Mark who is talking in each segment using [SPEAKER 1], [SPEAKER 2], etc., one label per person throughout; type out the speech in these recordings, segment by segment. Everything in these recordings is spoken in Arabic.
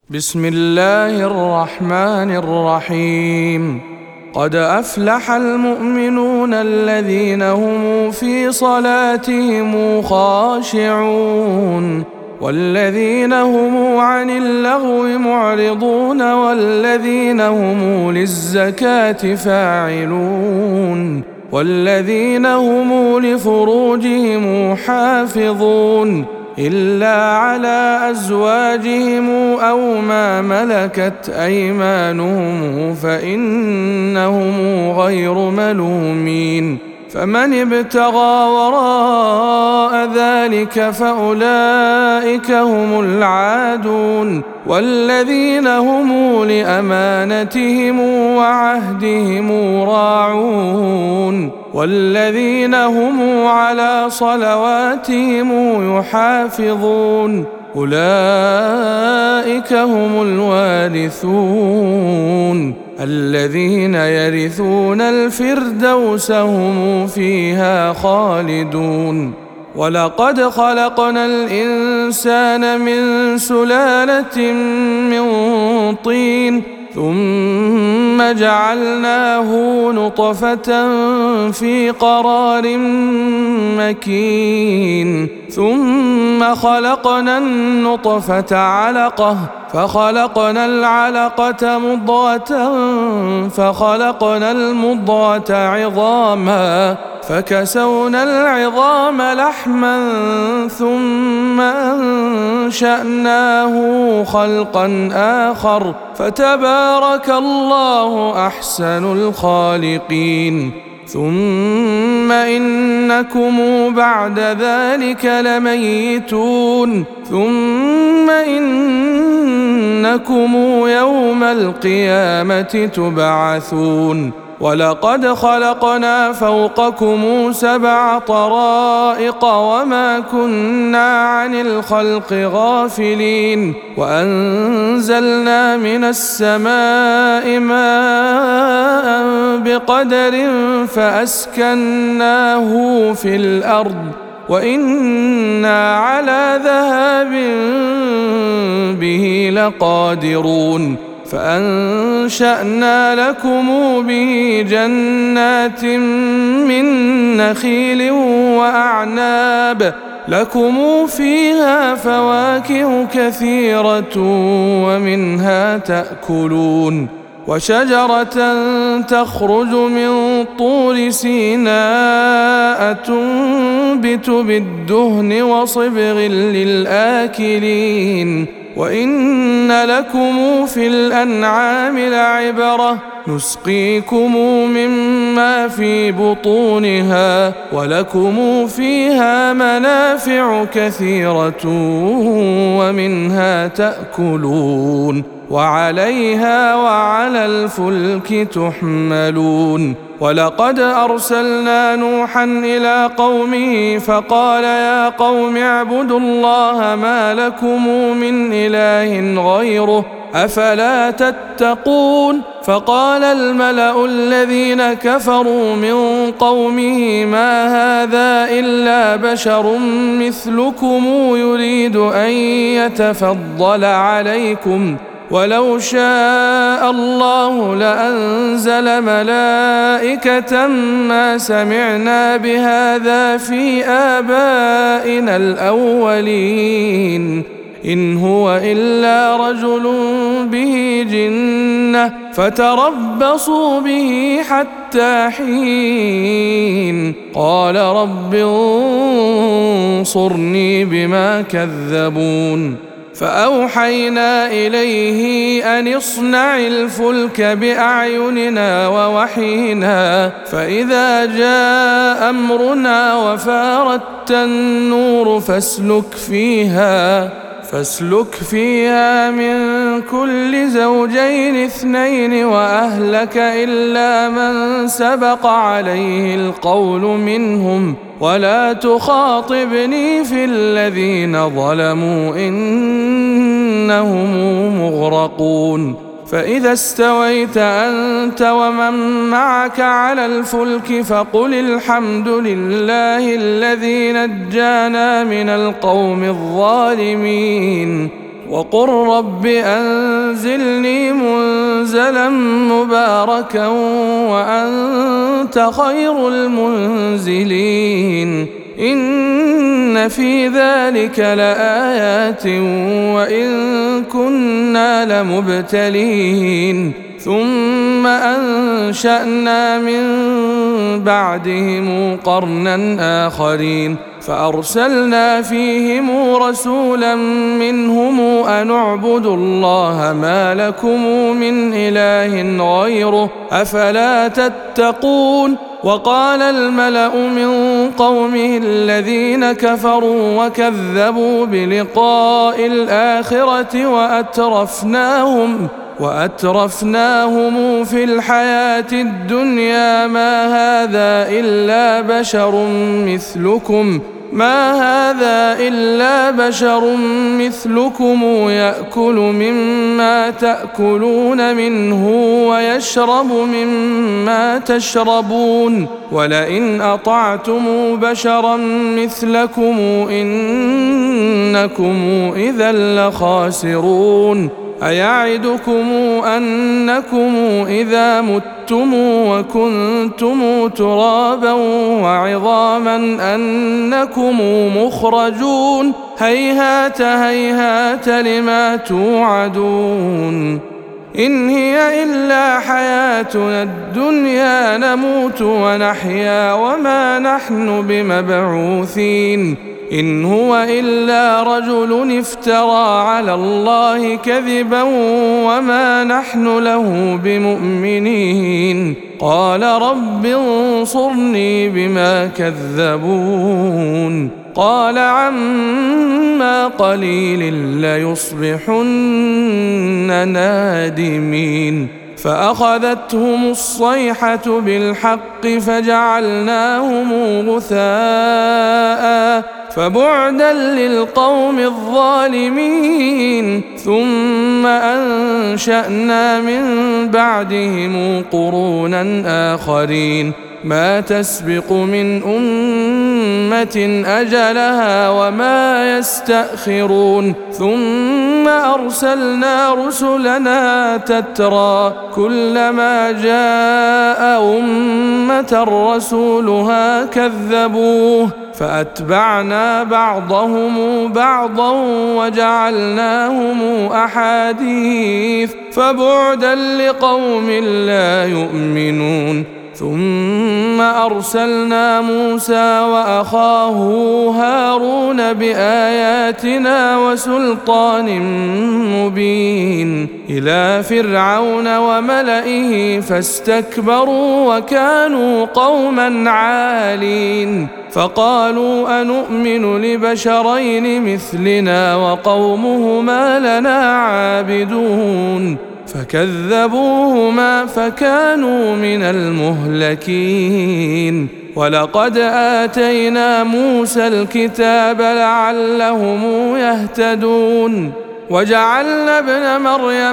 [SPEAKER 1] بسم الله الرحمن الرحيم. قد أفلح المؤمنون الذين هم في صلاتهم خاشعون والذين هم عن اللغو معرضون والذين هم للزكاة فاعلون والذين هم لفروجهم حافظون إلا على أزواجهم أو ما ملكت أيمانهم فإنهم غير ملومين، فمن ابتغى وراء ذلك فأولئك هم العادون والذين هم لأمانتهم وعهدهم راعون والذين هم على صلواتهم يحافظون أولئك هم الوارثون الذين يرثون الفردوس هم فيها خالدون. ولقد خلقنا الإنسان من سلالة من طين ثم جعلناه نطفة في قرار مكين ثم خلقنا النطفة علقة فخلقنا العلقة مضغة فخلقنا المضغة عظاما فكسونا العظام لحما ثم أنشأناه خلقا آخر فتبارك الله أحسن الخالقين. ثم إنكم بعد ذلك لميتون ثم إنكم يوم القيامة تبعثون. ولقد خلقنا فوقكم 7 طرائق وما كنا عن الخلق غافلين وأنزلنا من السماء ماء بقدر فأسكناه في الأرض وإنا على ذهاب به لقادرون فأنشأنا لكم به جنات من نخيل وأعناب لكم فيها فواكه كثيرة ومنها تأكلون وشجرة تخرج من طور سيناء تنبت بالدهن وصبغ للآكلين وإن لكم في الأنعام لعبرة نسقيكم مما في بطونها ولكم فيها منافع كثيرة ومنها تأكلون وعليها وعلى الفلك تحملون. ولقد أرسلنا نوحا إلى قومه فقال يا قوم اعبدوا الله ما لكم من إله غيره أفلا تتقون. فقال الملأ الذين كفروا من قومه ما هذا إلا بشر مثلكم يريد أن يتفضل عليكم ولو شاء الله لأنزل ملائكة ما سمعنا بهذا في آبائنا الأولين إن هو إلا رجل به جنة فتربصوا به حتى حين. قال رب انصرني بما كذبون. فأوحينا إليه أن اصنع الفلك بأعيننا ووحينا فإذا جاء أمرنا وفارت النور فاسلك فيها من كل زوجين 2 وأهلك إلا من سبق عليه القول منهم ولا تخاطبني في الذين ظلموا إنهم مغرقون. فإذا استويت أنت ومن معك على الفلك فقل الحمد لله الذي نجانا من القوم الظالمين وقل رب أنزلني منزلا مباركا وأنت خير المنزلين إن في ذلك لآيات وإن كنا لمبتلين ثم أنشأنا من بعدهم قرنا آخرين فأرسلنا فيهم رسولا منهم أن اعبدوا الله ما لكم من إله غيره أفلا تتقون وقال الملأ من قومه الذين كفروا وكذبوا بلقاء الآخرة وأترفناهم في الحياة الدنيا ما هذا إلا بشر مثلكم يأكل مما تأكلون منه ويشرب مما تشربون ولئن أطعتم بشرا مثلكم إنكم إذا لخاسرون أيعدكم أنكم إذا متم وكنتم ترابا وعظاما أنكم مخرجون هيهات هيهات لما توعدون إن هي إلا حياتنا الدنيا نموت ونحيا وما نحن بمبعوثين إن هو إلا رجل افترى على الله كذبا وما نحن له بمؤمنين قال رب انصرني بما كذبون قال عما قليل ليصبحن نادمين فأخذتهم الصيحة بالحق فجعلناهم غثاء فبعدا للقوم الظالمين ثم أنشأنا من بعدهم قرونا آخرين ما تسبق من أمة أجلها وما يستأخرون ثم أرسلنا رسلنا تترى كلما جاء أمة رسولها كذبوه فأتبعنا بعضهم بعضا وجعلناهم أحاديث فبعدا لقوم لا يؤمنون ثم أرسلنا موسى وأخاه هارون بآياتنا وسلطان مبين إلى فرعون وملئه فاستكبروا وكانوا قوما عالين فقالوا أنؤمن لبشرين مثلنا وقومهما لنا عابدون فكذبوهما فكانوا من المهلكين ولقد آتينا موسى الكتاب لعلهم يهتدون وجعلنا ابن مريم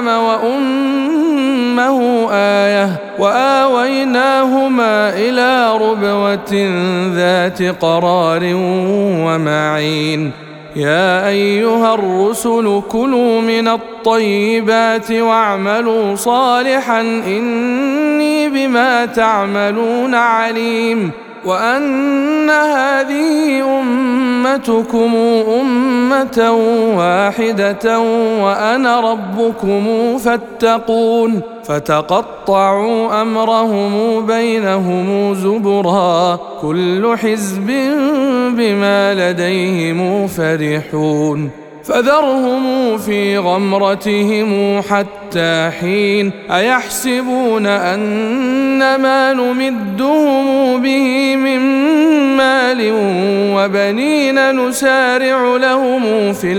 [SPEAKER 1] وأمه آية وآويناهما إلى ربوة ذات قرار ومعين يا أيها الرسل كلوا من الطيبات واعملوا صالحا إني بما تعملون عليم وأن هذه أمتكم أمة واحدة وأنا ربكم فاتقون فتقطعوا أمرهم بينهم زبرا كل حزب بما لديهم فرحون فذرهم في غمرتهم حتى حين أيحسبون أن ما نمدهم به من مال وبنين نسارع لهم في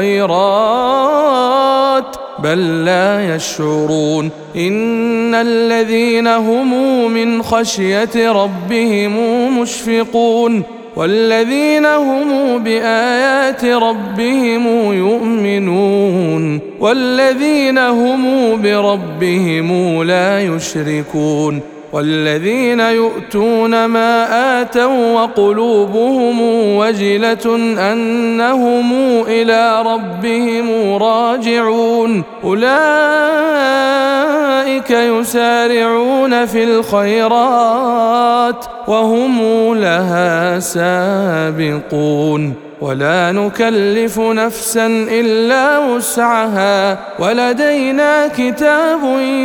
[SPEAKER 1] الخيرات بل لا يشعرون إن الذين هم من خشية ربهم مشفقون والذين هم بآيات ربهم يؤمنون والذين هم بربهم لا يشركون والذين يؤتون ما آتوا وقلوبهم وجلة أنهم إلى ربهم راجعون أولئك يسارعون في الخيرات وهم لها سابقون ولا نكلف نفسا إلا وسعها ولدينا كتاب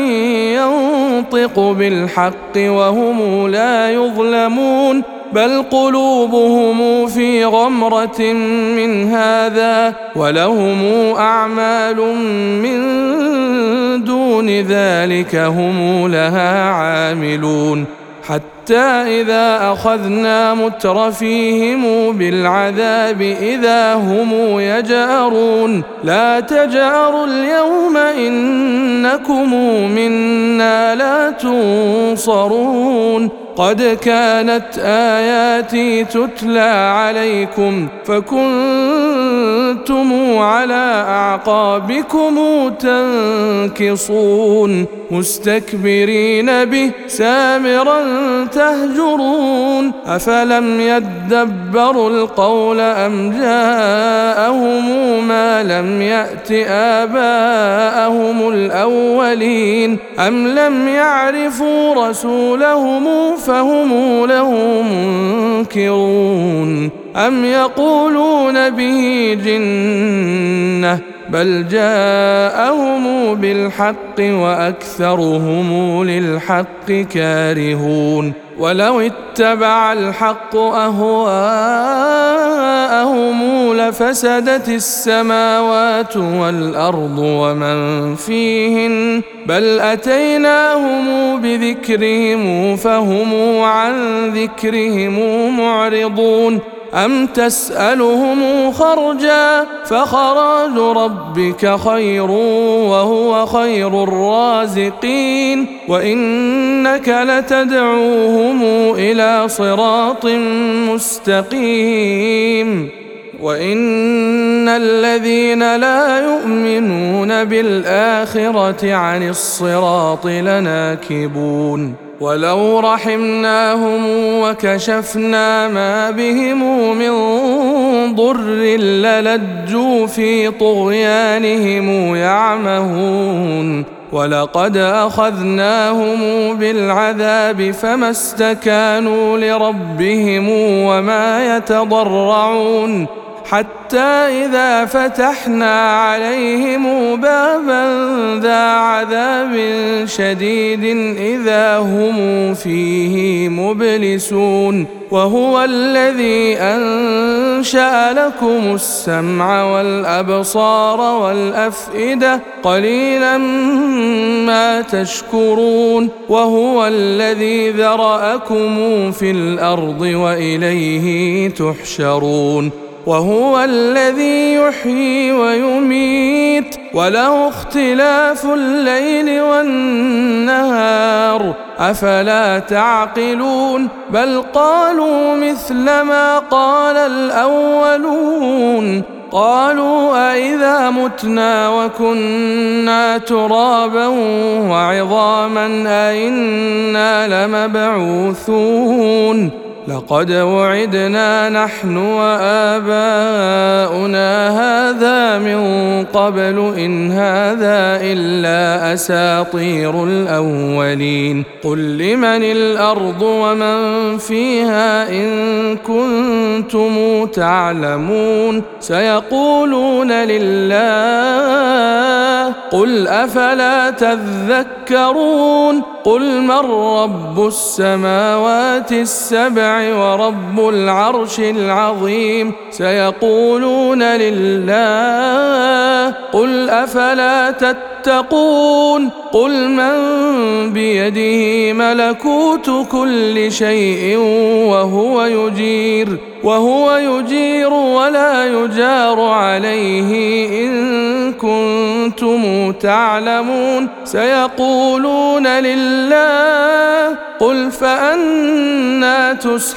[SPEAKER 1] ينطق بالحق وهم لا يظلمون بل قلوبهم في غمرة من هذا ولهم أعمال من دون ذلك هم لها عاملون حتى إذا أخذنا مترفيهم بالعذاب إذا هم يجأرون لا تجأروا اليوم إنكم منا لا تنصرون قد كانت آياتي تتلى عليكم فكنتم على أعقابكم تنكصون مستكبرين به سامرا تهجرون أفلم يدبروا القول أم جاءهم ما لم يأت آباءهم الأولين أم لم يعرفوا رسولهم فهم له منكرون أم يقولون به جنة بل جاءهم بالحق وأكثرهم للحق كارهون ولو اتبع الحق أهواءهم لفسدت السماوات والأرض ومن فيهن بل أتيناهم بذكرهم فهم عن ذكرهم معرضون أم تسألهم خرجا فخراج ربك خير وهو خير الرازقين وإنك لتدعوهم إلى صراط مستقيم وإن الذين لا يؤمنون بالآخرة عن الصراط لناكبون ولو رحمناهم وكشفنا ما بهم من ضر للجوا في طغيانهم يعمهون ولقد أخذناهم بالعذاب فما استكانوا لربهم وما يتضرعون حتى إذا فتحنا عليهم بابا ذا عذاب شديد إذا هم فيه مبلسون وهو الذي أنشأ لكم السمع والأبصار والأفئدة قليلا ما تشكرون وهو الذي ذرأكم في الأرض وإليه تحشرون وهو الذي يحيي ويميت وله اختلاف الليل والنهار أفلا تعقلون بل قالوا مثل ما قال الأولون قالوا أإذا متنا وكنا ترابا وعظاما أإنا لمبعوثون لقد وعدنا نحن وآباؤنا هذا من قبل إن هذا إلا أساطير الأولين قل لمن الأرض ومن فيها إن كنتم تعلمون سيقولون لله قل أفلا تذكرون قل من رب السماوات السبع ورب العرش العظيم سيقولون لله قل أفلا تتقون قل من بيده ملكوت كل شيء وهو يجير ولا يجار عليه إن كنتم تعلمون سيقولون لله قل فأنى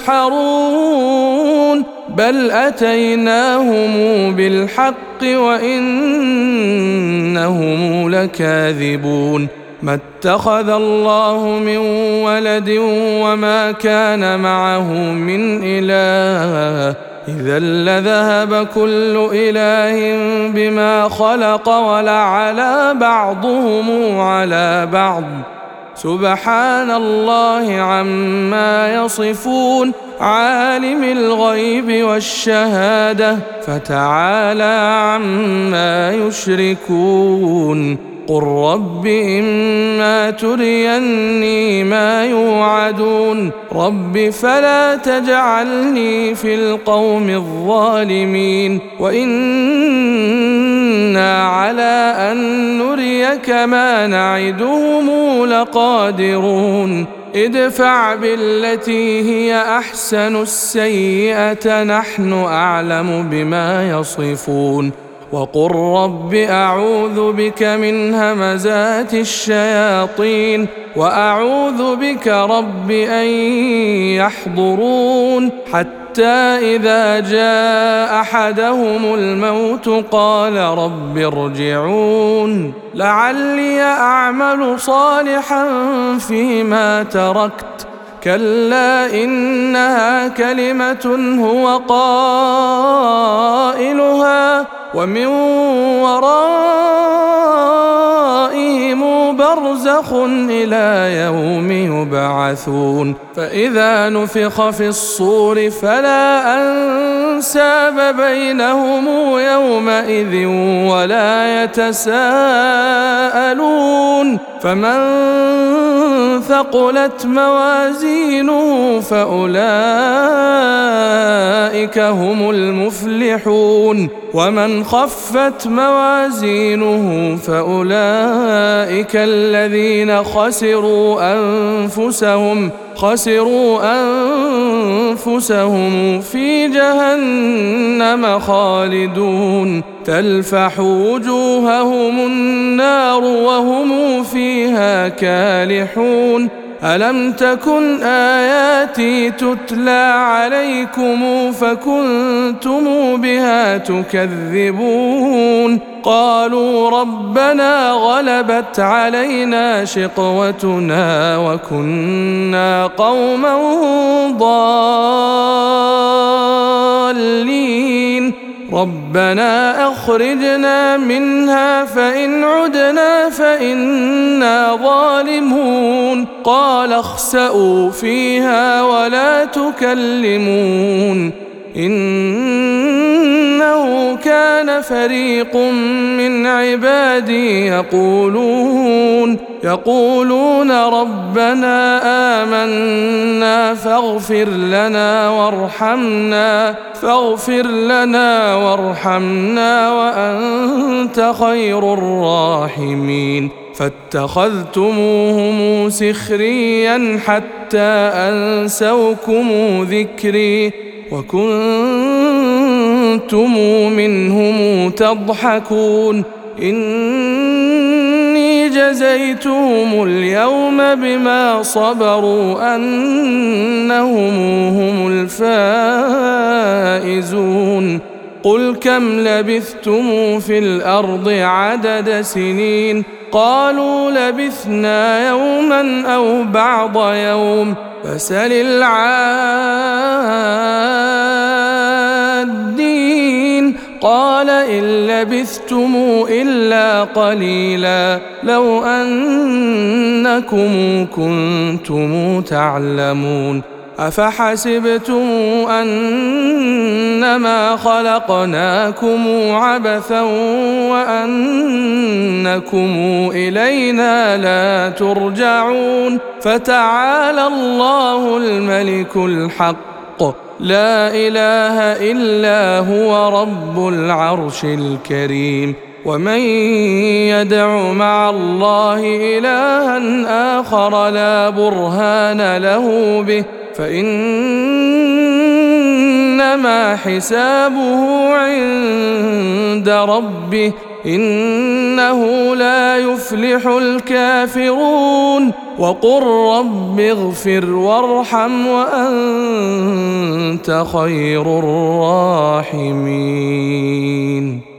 [SPEAKER 1] تسحرون بل أتيناهم بالحق وإنهم لكاذبون ما اتخذ الله من ولد وما كان معه من إله إذا لذهب كل إله بما خلق ولعلى بعضهم على بعض سبحان الله عما يصفون عالم الغيب والشهادة فتعالى عما يشركون قل رب إما تريني ما يوعدون رب فلا تجعلني في القوم الظالمين وإنا على أن نريك ما نعدهم لقادرون ادفع بالتي هي أحسن السيئة نحن أعلم بما يصفون وقل رب أعوذ بك من همزات الشياطين وأعوذ بك رب أن يحضرون حتى إذا جاء أحدهم الموت قال رب ارجعون لعلي أعمل صالحا فيما تركت كلا إنها كلمة هو قائلها ومن ورائهم برزخ إلى يوم يبعثون فإذا نفخ في الصور فلا أنساب بينهم يومئذ ولا يتساءلون فمن ثقلت موازينه فأولئك هم المفلحون ومن خفت موازينه فأولئك الذين خسروا أنفسهم في جهنم خالدون تلفح وجوههم النار وهم فيها كالحون ألم تكن آياتي تتلى عليكم فكنتم بها تكذبون قالوا ربنا غلبت علينا شقوتنا وكنا قوما ضالين ربنا أخرجنا منها فإن عدنا فإنا ظالمون قال اخسئوا فيها ولا تكلمون إنه كان فريق من عبادي يقولون ربنا آمنا فاغفر لنا وارحمنا وأنت خير الراحمين فاتخذتموهم سخريا حتى أنسوكم ذكري وكنتم منهم تضحكون إني جزيتهم اليوم بما صبروا أنهم هم الفائزون قل كم لبثتم في الأرض عدد سنين قالوا لبثنا يوما أو بعض يوم فسل العادين قال إن لبثتم إلا قليلا لو أنكم كنتم تعلمون أفحسبتم أنما خلقناكم عبثا وأنكم إلينا لا ترجعون فتعالى الله الملك الحق لا إله إلا هو رب العرش الكريم ومن يدع مع الله إلها آخر لا برهان له به فإنما حسابه عند ربه إنه لا يفلح الكافرون وقل رب اغفر وارحم وأنت خير الراحمين